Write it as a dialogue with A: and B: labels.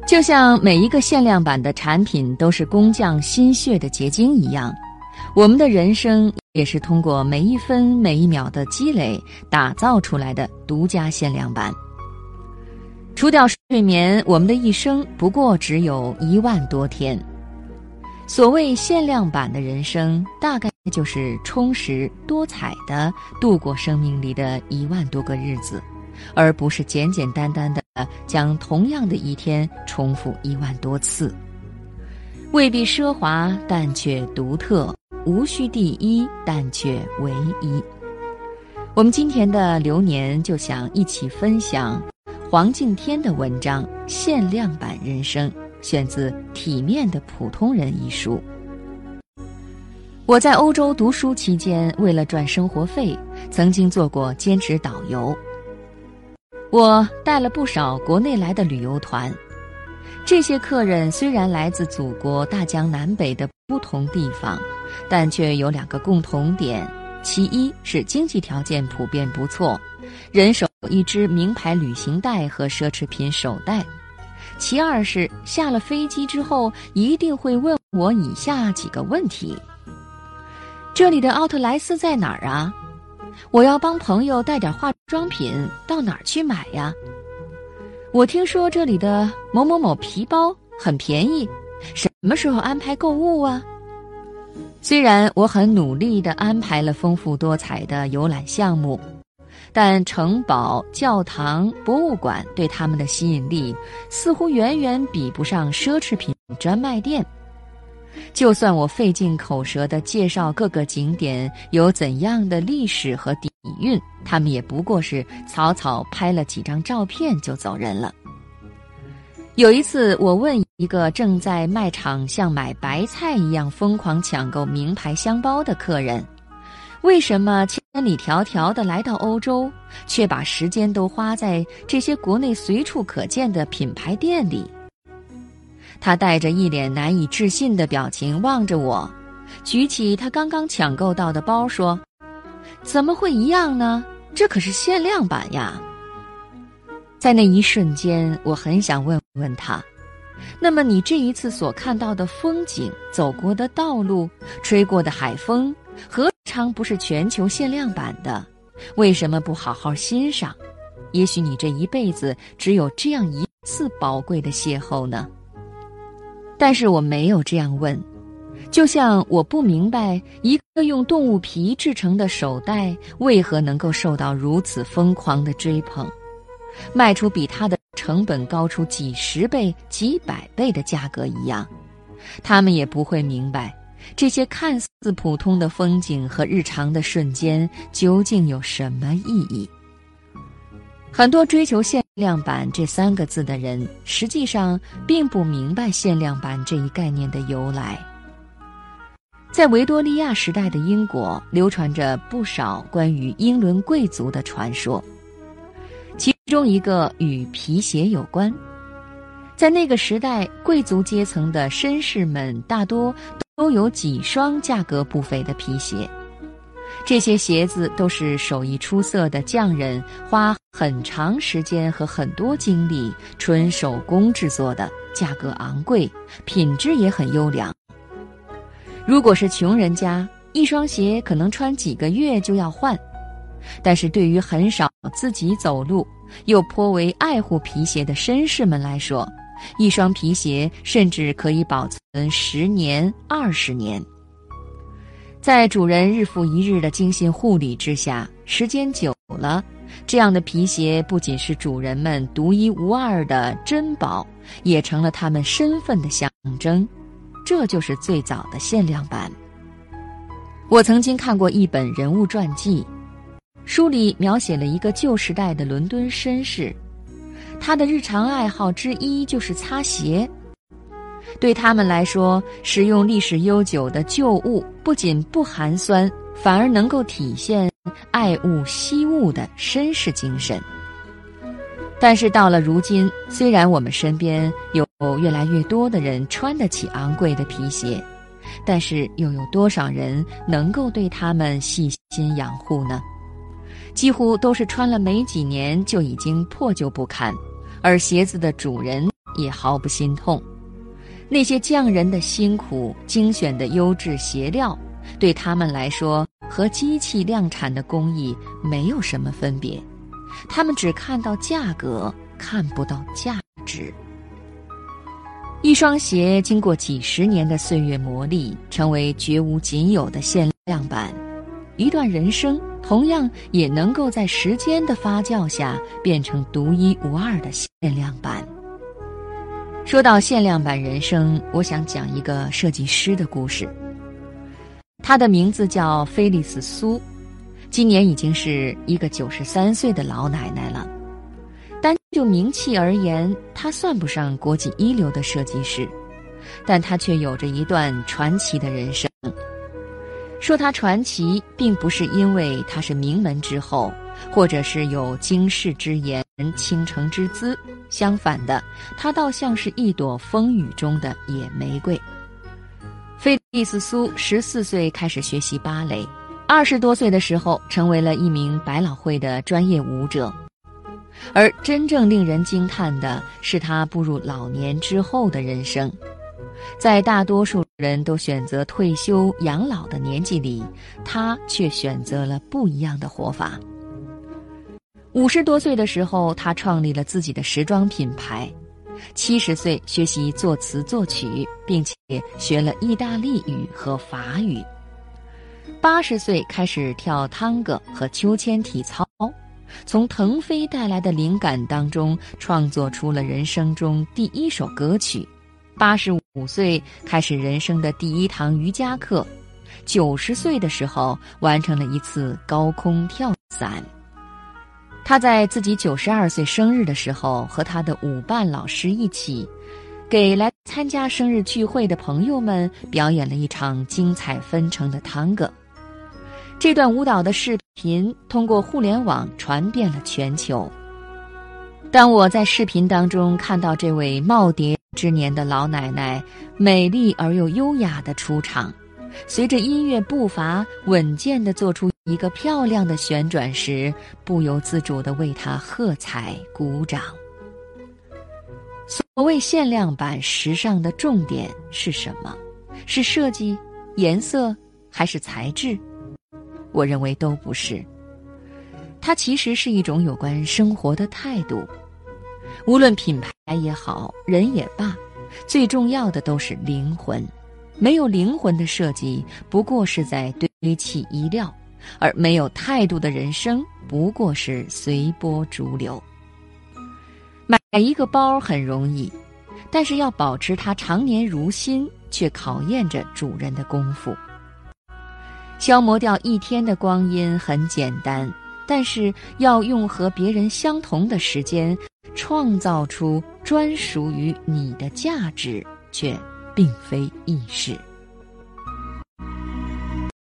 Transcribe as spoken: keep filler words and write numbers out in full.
A: 就像每一个限量版的产品都是工匠心血的结晶一样，我们的人生也是通过每一分每一秒的积累打造出来的独家限量版。除掉睡眠，我们的一生不过只有一万多天。所谓限量版的人生，大概就是充实多彩的度过生命里的一万多个日子，而不是简简单单的将同样的一天重复一万多次。未必奢华，但却独特；无需第一，但却唯一。我们今天的流年就想一起分享黄敬天的文章《限量版人生》，选自《体面的普通人》一书。我在欧洲读书期间，为了赚生活费，曾经做过兼职导游。我带了不少国内来的旅游团，这些客人虽然来自祖国大江南北的不同地方，但却有两个共同点：其一是经济条件普遍不错，人手一只名牌旅行袋和奢侈品手袋；其二是下了飞机之后一定会问我以下几个问题：这里的奥特莱斯在哪儿啊？我要帮朋友带点化妆品，到哪儿去买呀？我听说这里的某某某皮包很便宜，什么时候安排购物啊？虽然我很努力地安排了丰富多彩的游览项目，但城堡、教堂、博物馆对他们的吸引力似乎远远比不上奢侈品专卖店。就算我费尽口舌地介绍各个景点有怎样的历史和底蕴，他们也不过是草草拍了几张照片就走人了。有一次，我问一个正在卖场像买白菜一样疯狂抢购名牌箱包的客人，为什么千里迢迢地来到欧洲，却把时间都花在这些国内随处可见的品牌店里？他带着一脸难以置信的表情望着我，举起他刚刚抢购到的包说：怎么会一样呢？这可是限量版呀！在那一瞬间，我很想问问他，那么你这一次所看到的风景、走过的道路、吹过的海风，何尝不是全球限量版的？为什么不好好欣赏？也许你这一辈子只有这样一次宝贵的邂逅呢？但是我没有这样问，就像我不明白一个用动物皮制成的手袋为何能够受到如此疯狂的追捧，卖出比它的成本高出几十倍、几百倍的价格一样。他们也不会明白，这些看似普通的风景和日常的瞬间究竟有什么意义。很多追求限量版这三个字的人，实际上并不明白限量版这一概念的由来。在维多利亚时代的英国，流传着不少关于英伦贵族的传说，其中一个与皮鞋有关。在那个时代，贵族阶层的绅士们大多都有几双价格不菲的皮鞋，这些鞋子都是手艺出色的匠人花很长时间和很多精力纯手工制作的，价格昂贵，品质也很优良。如果是穷人家，一双鞋可能穿几个月就要换，但是对于很少自己走路又颇为爱护皮鞋的绅士们来说，一双皮鞋甚至可以保存十年、二十年。在主人日复一日的精心护理之下，时间久了，这样的皮鞋不仅是主人们独一无二的珍宝，也成了他们身份的象征。这就是最早的限量版。我曾经看过一本人物传记，书里描写了一个旧时代的伦敦绅士，他的日常爱好之一就是擦鞋。对他们来说，使用历史悠久的旧物不仅不寒酸，反而能够体现爱物惜物的绅士精神。但是到了如今，虽然我们身边有越来越多的人穿得起昂贵的皮鞋，但是又有多少人能够对他们细心养护呢？几乎都是穿了没几年就已经破旧不堪，而鞋子的主人也毫不心痛。那些匠人的辛苦、精选的优质鞋料，对他们来说和机器量产的工艺没有什么分别，他们只看到价格，看不到价值。一双鞋经过几十年的岁月磨砺，成为绝无仅有的限量版。一段人生同样也能够在时间的发酵下变成独一无二的限量版。说到限量版人生，我想讲一个设计师的故事。他的名字叫菲利斯·苏，今年已经是一个九十三岁的老奶奶了。单就名气而言，她算不上国际一流的设计师，但她却有着一段传奇的人生。说她传奇，并不是因为她是名门之后，或者是有经世之言、倾城之姿，相反的，她倒像是一朵风雨中的野玫瑰。菲利斯·苏十四岁开始学习芭蕾，二十多岁的时候成为了一名百老汇的专业舞者。而真正令人惊叹的是他步入老年之后的人生。在大多数人都选择退休养老的年纪里，他却选择了不一样的活法。五十多岁的时候，他创立了自己的时装品牌。七十岁学习作词作曲，并且学了意大利语和法语。八十岁开始跳探戈和秋千体操，从腾飞带来的灵感当中创作出了人生中第一首歌曲。八十五岁开始人生的第一堂瑜伽课，九十岁的时候完成了一次高空跳伞。他在自己九十二岁生日的时候，和他的舞伴老师一起，给来参加生日聚会的朋友们表演了一场精彩纷呈的探戈。这段舞蹈的视频通过互联网传遍了全球。当我在视频当中看到这位耄耋之年的老奶奶美丽而又优雅的出场，随着音乐步伐稳健地做出一个漂亮的旋转时，不由自主地为她喝彩鼓掌。所谓限量版时尚的重点是什么？是设计、颜色，还是材质？我认为都不是。它其实是一种有关生活的态度。无论品牌也好，人也罢，最重要的都是灵魂。没有灵魂的设计，不过是在堆砌衣料，而没有态度的人生，不过是随波逐流。买一个包很容易，但是要保持它常年如新，却考验着主人的功夫。消磨掉一天的光阴很简单，但是要用和别人相同的时间，创造出专属于你的价值，却并非易事。